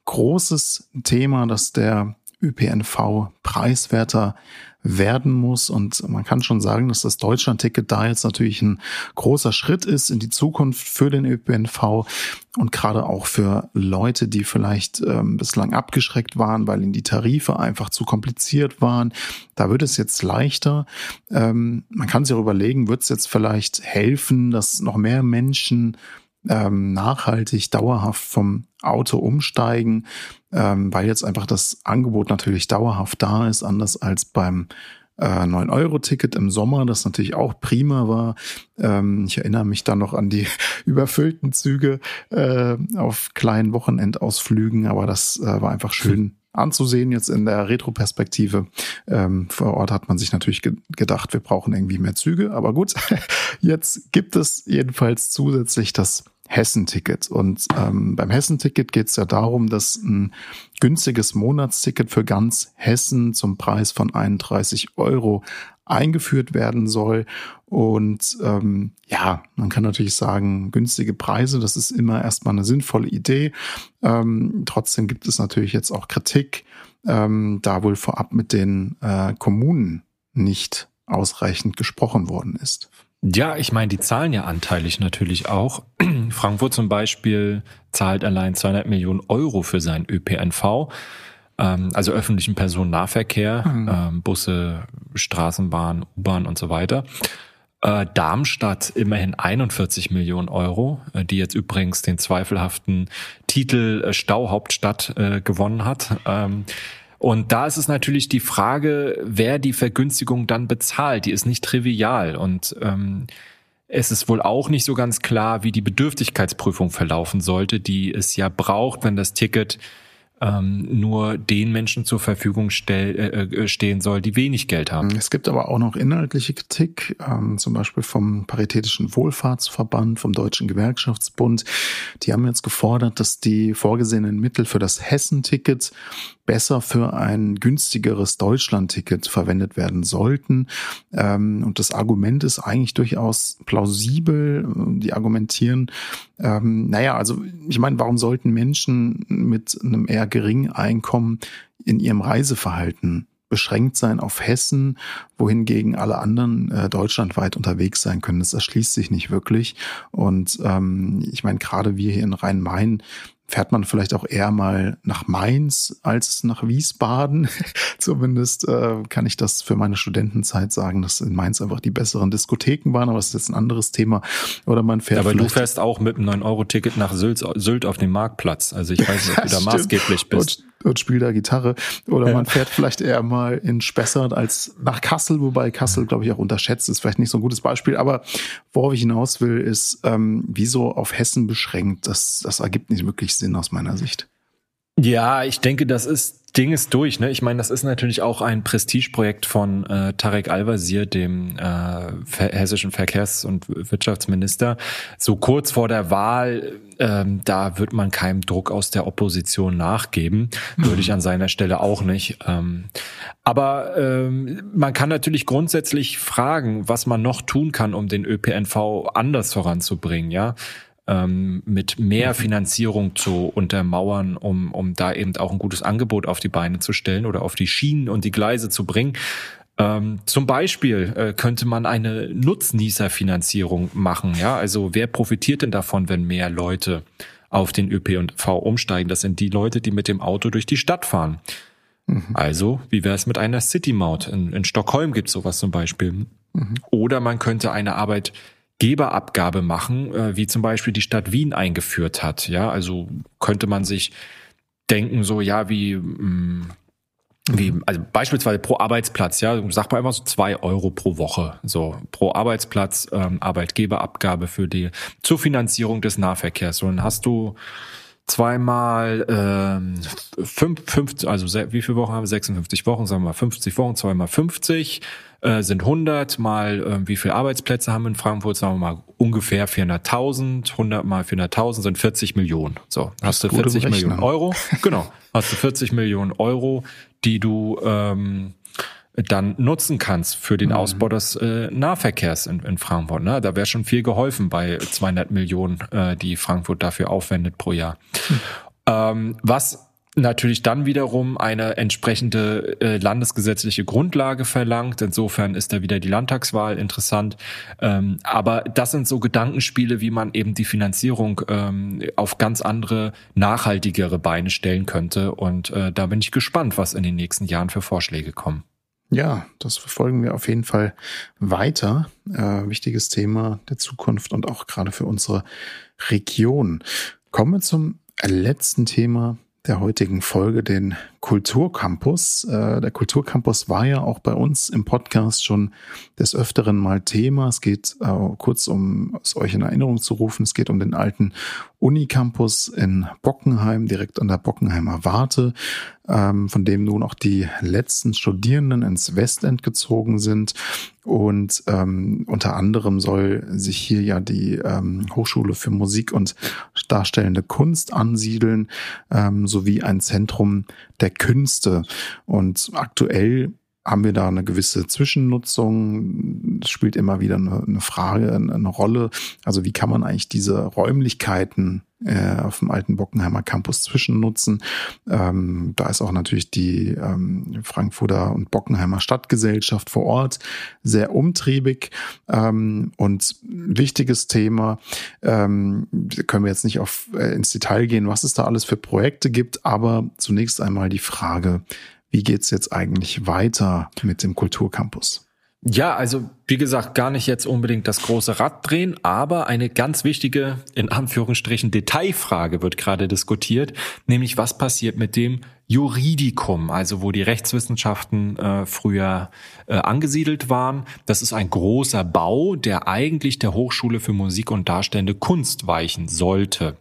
großes Thema, das der Ö P N V preiswerter werden muss. Und man kann schon sagen, dass das Deutschland-Ticket da jetzt natürlich ein großer Schritt ist in die Zukunft für den Ö P N V und gerade auch für Leute, die vielleicht ähm, bislang abgeschreckt waren, weil ihnen die Tarife einfach zu kompliziert waren. Da wird es jetzt leichter. Ähm, man kann sich auch überlegen, wird es jetzt vielleicht helfen, dass noch mehr Menschen ähm, nachhaltig, dauerhaft vom Auto umsteigen, ähm, weil jetzt einfach das Angebot natürlich dauerhaft da ist, anders als beim äh, neun Euro Ticket im Sommer, das natürlich auch prima war. Ähm, ich erinnere mich dann noch an die überfüllten Züge äh, auf kleinen Wochenendausflügen, aber das äh, war einfach schön anzusehen jetzt in der Retroperspektive. Ähm, vor Ort hat man sich natürlich ge- gedacht, wir brauchen irgendwie mehr Züge, aber gut, jetzt gibt es jedenfalls zusätzlich das Hessen-Ticket. Und ähm, beim Hessen-Ticket geht es ja darum, dass ein günstiges Monatsticket für ganz Hessen zum Preis von einunddreißig Euro eingeführt werden soll. Und ähm, ja, man kann natürlich sagen, günstige Preise, das ist immer erstmal eine sinnvolle Idee. Ähm, trotzdem gibt es natürlich jetzt auch Kritik, ähm, da wohl vorab mit den äh, Kommunen nicht ausreichend gesprochen worden ist. Ja, ich meine, die zahlen ja anteilig natürlich auch. Frankfurt zum Beispiel zahlt allein zweihundert Millionen Euro für seinen Ö P N V, ähm, also öffentlichen Personennahverkehr, mhm. ähm, Busse, Straßenbahn, U-Bahn und so weiter. Äh, Darmstadt immerhin einundvierzig Millionen Euro, äh, die jetzt übrigens den zweifelhaften Titel äh, Stauhauptstadt äh, gewonnen hat. Ähm, Und da ist es natürlich die Frage, wer die Vergünstigung dann bezahlt. Die ist nicht trivial. Und ähm, es ist wohl auch nicht so ganz klar, wie die Bedürftigkeitsprüfung verlaufen sollte, die es ja braucht, wenn das Ticket ähm, nur den Menschen zur Verfügung stell, äh, stehen soll, die wenig Geld haben. Es gibt aber auch noch inhaltliche Kritik, ähm, zum Beispiel vom Paritätischen Wohlfahrtsverband, vom Deutschen Gewerkschaftsbund. Die haben jetzt gefordert, dass die vorgesehenen Mittel für das Hessen-Ticket besser für ein günstigeres Deutschland-Ticket verwendet werden sollten. Ähm, und das Argument ist eigentlich durchaus plausibel. Die argumentieren, ähm, naja, also ich meine, warum sollten Menschen mit einem eher geringen Einkommen in ihrem Reiseverhalten beschränkt sein auf Hessen, wohingegen alle anderen äh, deutschlandweit unterwegs sein können? Das erschließt sich nicht wirklich. Und ähm, ich meine, gerade wir hier in Rhein-Main fährt man vielleicht auch eher mal nach Mainz als nach Wiesbaden. Zumindest äh, kann ich das für meine Studentenzeit sagen, dass in Mainz einfach die besseren Diskotheken waren, aber das ist jetzt ein anderes Thema. Oder man fährt aber du fährst auch mit einem neun Euro Ticket nach Sylt, Sylt auf den Marktplatz. Also ich weiß nicht, ob du da maßgeblich bist. Und, und spielt da Gitarre. Oder ja. man fährt vielleicht eher mal in Spessart als nach Kassel, wobei Kassel, glaube ich, auch unterschätzt ist. Vielleicht nicht so ein gutes Beispiel. Aber worauf ich hinaus will, ist, ähm, wieso auf Hessen beschränkt. Das, das ergibt nicht wirklich Sinn aus meiner Sicht. Ja, ich denke, das ist Ding ist durch. Ne? Ich meine, das ist natürlich auch ein Prestigeprojekt von äh, Tarek Al-Wazir, dem äh, hessischen Verkehrs- und Wirtschaftsminister. So kurz vor der Wahl, ähm, da wird man keinem Druck aus der Opposition nachgeben. Mhm. Würde ich an seiner Stelle auch nicht. Ähm, aber ähm, man kann natürlich grundsätzlich fragen, was man noch tun kann, um den Ö P N V anders voranzubringen, ja. mit mehr Finanzierung zu untermauern, um um da eben auch ein gutes Angebot auf die Beine zu stellen oder auf die Schienen und die Gleise zu bringen. Ähm, zum Beispiel äh, könnte man eine Nutznießerfinanzierung machen. Ja, also wer profitiert denn davon, wenn mehr Leute auf den Ö P N V umsteigen? Das sind die Leute, die mit dem Auto durch die Stadt fahren. Mhm. Also, wie wäre es mit einer City-Maut? In, in Stockholm gibt es sowas zum Beispiel. Mhm. Oder man könnte eine Arbeit Geberabgabe machen, äh, wie zum Beispiel die Stadt Wien eingeführt hat. Ja, also könnte man sich denken, so ja, wie, mh, wie also beispielsweise pro Arbeitsplatz, ja, sagt man einfach so zwei Euro pro Woche, so pro Arbeitsplatz ähm, Arbeitgeberabgabe für die zur Finanzierung des Nahverkehrs. Und dann hast du zweimal ähm, fünf, fünfzig, also wie viele Wochen haben wir? sechsundfünfzig Wochen, sagen wir mal fünfzig Wochen, zweimal fünfzig äh, sind hundert, mal äh, wie viele Arbeitsplätze haben wir in Frankfurt, sagen wir mal ungefähr vierhunderttausend, hundert mal vierhunderttausend sind vierzig Millionen. So, hast du vierzig Millionen Euro, genau, hast du vierzig Millionen Euro, die du ähm, dann nutzen kannst für den mhm. Ausbau des äh, Nahverkehrs in, in Frankfurt. Ne? Da wäre schon viel geholfen bei zweihundert Millionen, äh, die Frankfurt dafür aufwendet pro Jahr. Mhm. Ähm, was natürlich dann wiederum eine entsprechende äh, landesgesetzliche Grundlage verlangt. Insofern ist da wieder die Landtagswahl interessant. Ähm, aber das sind so Gedankenspiele, wie man eben die Finanzierung ähm, auf ganz andere, nachhaltigere Beine stellen könnte. Und äh, da bin ich gespannt, was in den nächsten Jahren für Vorschläge kommen. Ja, das verfolgen wir auf jeden Fall weiter. Äh, wichtiges Thema der Zukunft und auch gerade für unsere Region. Kommen wir zum letzten Thema der heutigen Folge, den Kulturcampus. Äh, der Kulturcampus war ja auch bei uns im Podcast schon des Öfteren mal Thema. Es geht äh, kurz, um es euch in Erinnerung zu rufen, es geht um den alten Unicampus in Bockenheim, direkt an der Bockenheimer Warte, ähm, von dem nun auch die letzten Studierenden ins Westend gezogen sind. Und ähm, unter anderem soll sich hier ja die ähm, Hochschule für Musik und darstellende Kunst ansiedeln, ähm, sowie ein Zentrum der Künste. Und aktuell haben wir da eine gewisse Zwischennutzung. Es spielt immer wieder eine, eine Frage, eine Rolle. Also wie kann man eigentlich diese Räumlichkeiten äh, auf dem alten Bockenheimer Campus zwischennutzen? Ähm, da ist auch natürlich die ähm, Frankfurter und Bockenheimer Stadtgesellschaft vor Ort sehr umtriebig. Ähm, und ein wichtiges Thema, ähm, können wir jetzt nicht auf, äh, ins Detail gehen, was es da alles für Projekte gibt, aber zunächst einmal die Frage, wie geht's jetzt eigentlich weiter mit dem Kulturcampus? Ja, also wie gesagt, gar nicht jetzt unbedingt das große Rad drehen, aber eine ganz wichtige, in Anführungsstrichen, Detailfrage wird gerade diskutiert, nämlich was passiert mit dem Juridikum, also wo die Rechtswissenschaften äh, früher äh, angesiedelt waren. Das ist ein großer Bau, der eigentlich der Hochschule für Musik und Darstellende Kunst weichen sollte.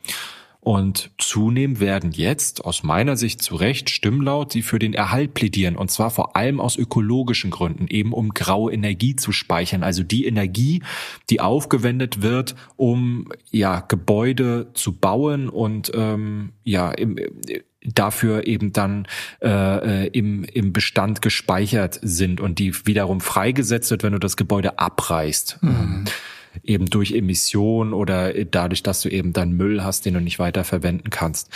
Und zunehmend werden jetzt, aus meiner Sicht zu Recht, Stimmen laut, die für den Erhalt plädieren. Und zwar vor allem aus ökologischen Gründen, eben um graue Energie zu speichern. Also die Energie, die aufgewendet wird, um ja Gebäude zu bauen und ähm, ja im, dafür eben dann äh, im, im Bestand gespeichert sind und die wiederum freigesetzt wird, wenn du das Gebäude abreißt. Mhm. Eben durch Emission oder dadurch, dass du eben dann Müll hast, den du nicht weiter verwenden kannst.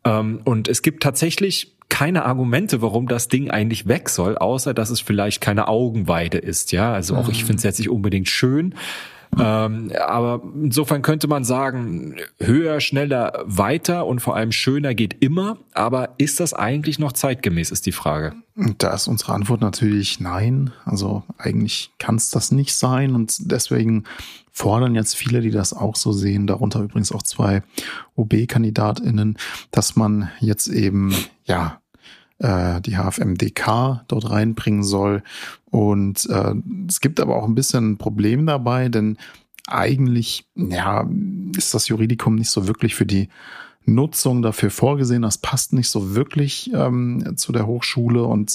Und es gibt tatsächlich keine Argumente, warum das Ding eigentlich weg soll, außer dass es vielleicht keine Augenweide ist. Ja, also auch ich finde es jetzt nicht unbedingt schön. Ähm, aber insofern könnte man sagen, höher, schneller, weiter und vor allem schöner geht immer. Aber ist das eigentlich noch zeitgemäß, ist die Frage. Da ist unsere Antwort natürlich nein. Also eigentlich kann es das nicht sein. Und deswegen fordern jetzt viele, die das auch so sehen, darunter übrigens auch zwei O B-KandidatInnen, dass man jetzt eben, ja, äh, die H F M D K dort reinbringen soll. Und äh, es gibt aber auch ein bisschen ein Problem dabei, denn eigentlich, ja, ist das Juridikum nicht so wirklich für die Nutzung dafür vorgesehen. Das passt nicht so wirklich ähm, zu der Hochschule und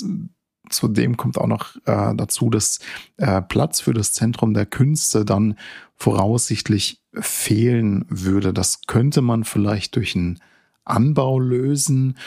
zudem kommt auch noch äh, dazu, dass äh, Platz für das Zentrum der Künste dann voraussichtlich fehlen würde. Das könnte man vielleicht durch einen Anbau lösen.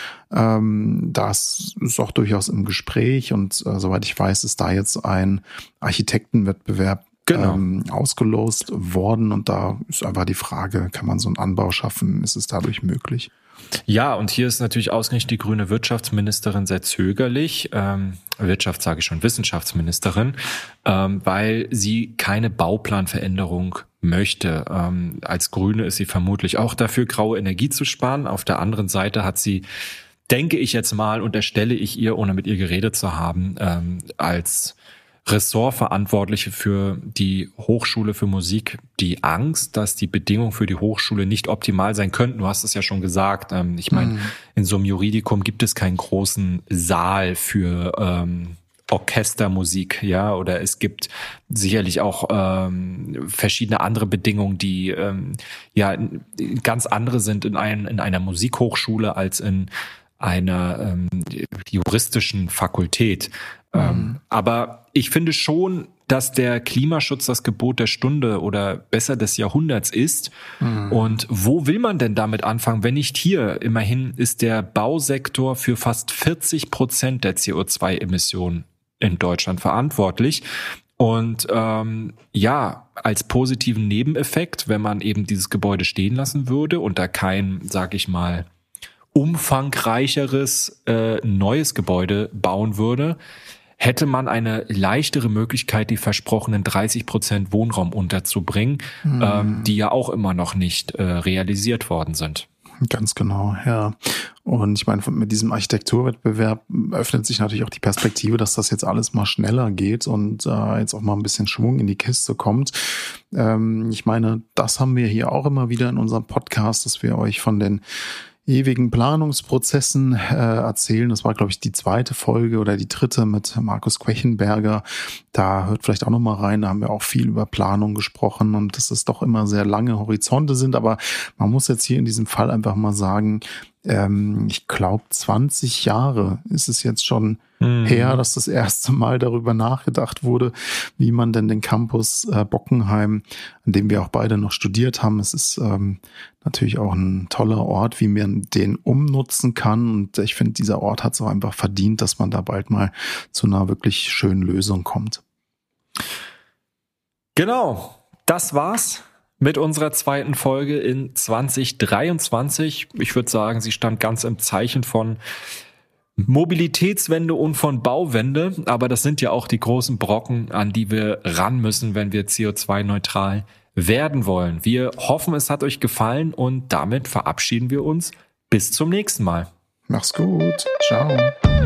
Ähm, das ist auch durchaus im Gespräch und äh, soweit ich weiß, ist da jetzt ein Architektenwettbewerb genau. ähm, ausgelost worden und da ist einfach die Frage, kann man so einen Anbau schaffen? Ist es dadurch möglich? Ja, und hier ist natürlich ausgerechnet die grüne Wirtschaftsministerin sehr zögerlich, ähm, Wirtschaft sage ich schon, Wissenschaftsministerin, ähm, weil sie keine Bauplanveränderung möchte. Ähm, als Grüne ist sie vermutlich auch dafür, graue Energie zu sparen. Auf der anderen Seite hat sie, denke ich jetzt mal, unterstelle ich ihr, ohne mit ihr geredet zu haben, ähm, als Ressortverantwortliche für die Hochschule für Musik die Angst, dass die Bedingungen für die Hochschule nicht optimal sein könnten. Du hast es ja schon gesagt. Ähm, ich meine, mhm. in so einem Juridikum gibt es keinen großen Saal für ähm, Orchestermusik, ja, oder es gibt sicherlich auch ähm, verschiedene andere Bedingungen, die ähm, ja ganz andere sind in, ein, in einer Musikhochschule als in einer ähm, juristischen Fakultät. Mhm. Ähm, aber ich finde schon, dass der Klimaschutz das Gebot der Stunde oder besser des Jahrhunderts ist. Mhm. Und wo will man denn damit anfangen, wenn nicht hier? Immerhin ist der Bausektor für fast vierzig Prozent der C O zwei Emissionen in Deutschland verantwortlich. Und ähm, ja, als positiven Nebeneffekt, wenn man eben dieses Gebäude stehen lassen würde und da kein, sag ich mal, umfangreicheres äh, neues Gebäude bauen würde, hätte man eine leichtere Möglichkeit, die versprochenen dreißig Prozent Wohnraum unterzubringen, mhm. ähm, die ja auch immer noch nicht äh, realisiert worden sind. Ganz genau, ja. Und ich meine, mit diesem Architekturwettbewerb öffnet sich natürlich auch die Perspektive, dass das jetzt alles mal schneller geht und äh, jetzt auch mal ein bisschen Schwung in die Kiste kommt. Ähm, ich meine, das haben wir hier auch immer wieder in unserem Podcast, dass wir euch von den ewigen Planungsprozessen äh, erzählen. Das war, glaube ich, die zweite Folge oder die dritte mit Markus Quechenberger. Da hört vielleicht auch noch mal rein. Da haben wir auch viel über Planung gesprochen und dass es doch immer sehr lange Horizonte sind. Aber man muss jetzt hier in diesem Fall einfach mal sagen, ähm, ich glaube, zwanzig Jahre ist es jetzt schon mhm. her, dass das erste Mal darüber nachgedacht wurde, wie man denn den Campus äh, Bockenheim, an dem wir auch beide noch studiert haben, es ist ähm, natürlich auch ein toller Ort, wie man den umnutzen kann. Und ich finde, dieser Ort hat es auch einfach verdient, dass man da bald mal zu einer wirklich schönen Lösung kommt. Genau, das war's mit unserer zweiten Folge in zwanzig dreiundzwanzig. Ich würde sagen, sie stand ganz im Zeichen von Mobilitätswende und von Bauwende. Aber das sind ja auch die großen Brocken, an die wir ran müssen, wenn wir C O zwei neutral werden wollen. Wir hoffen, es hat euch gefallen und damit verabschieden wir uns. Bis zum nächsten Mal. Mach's gut. Ciao.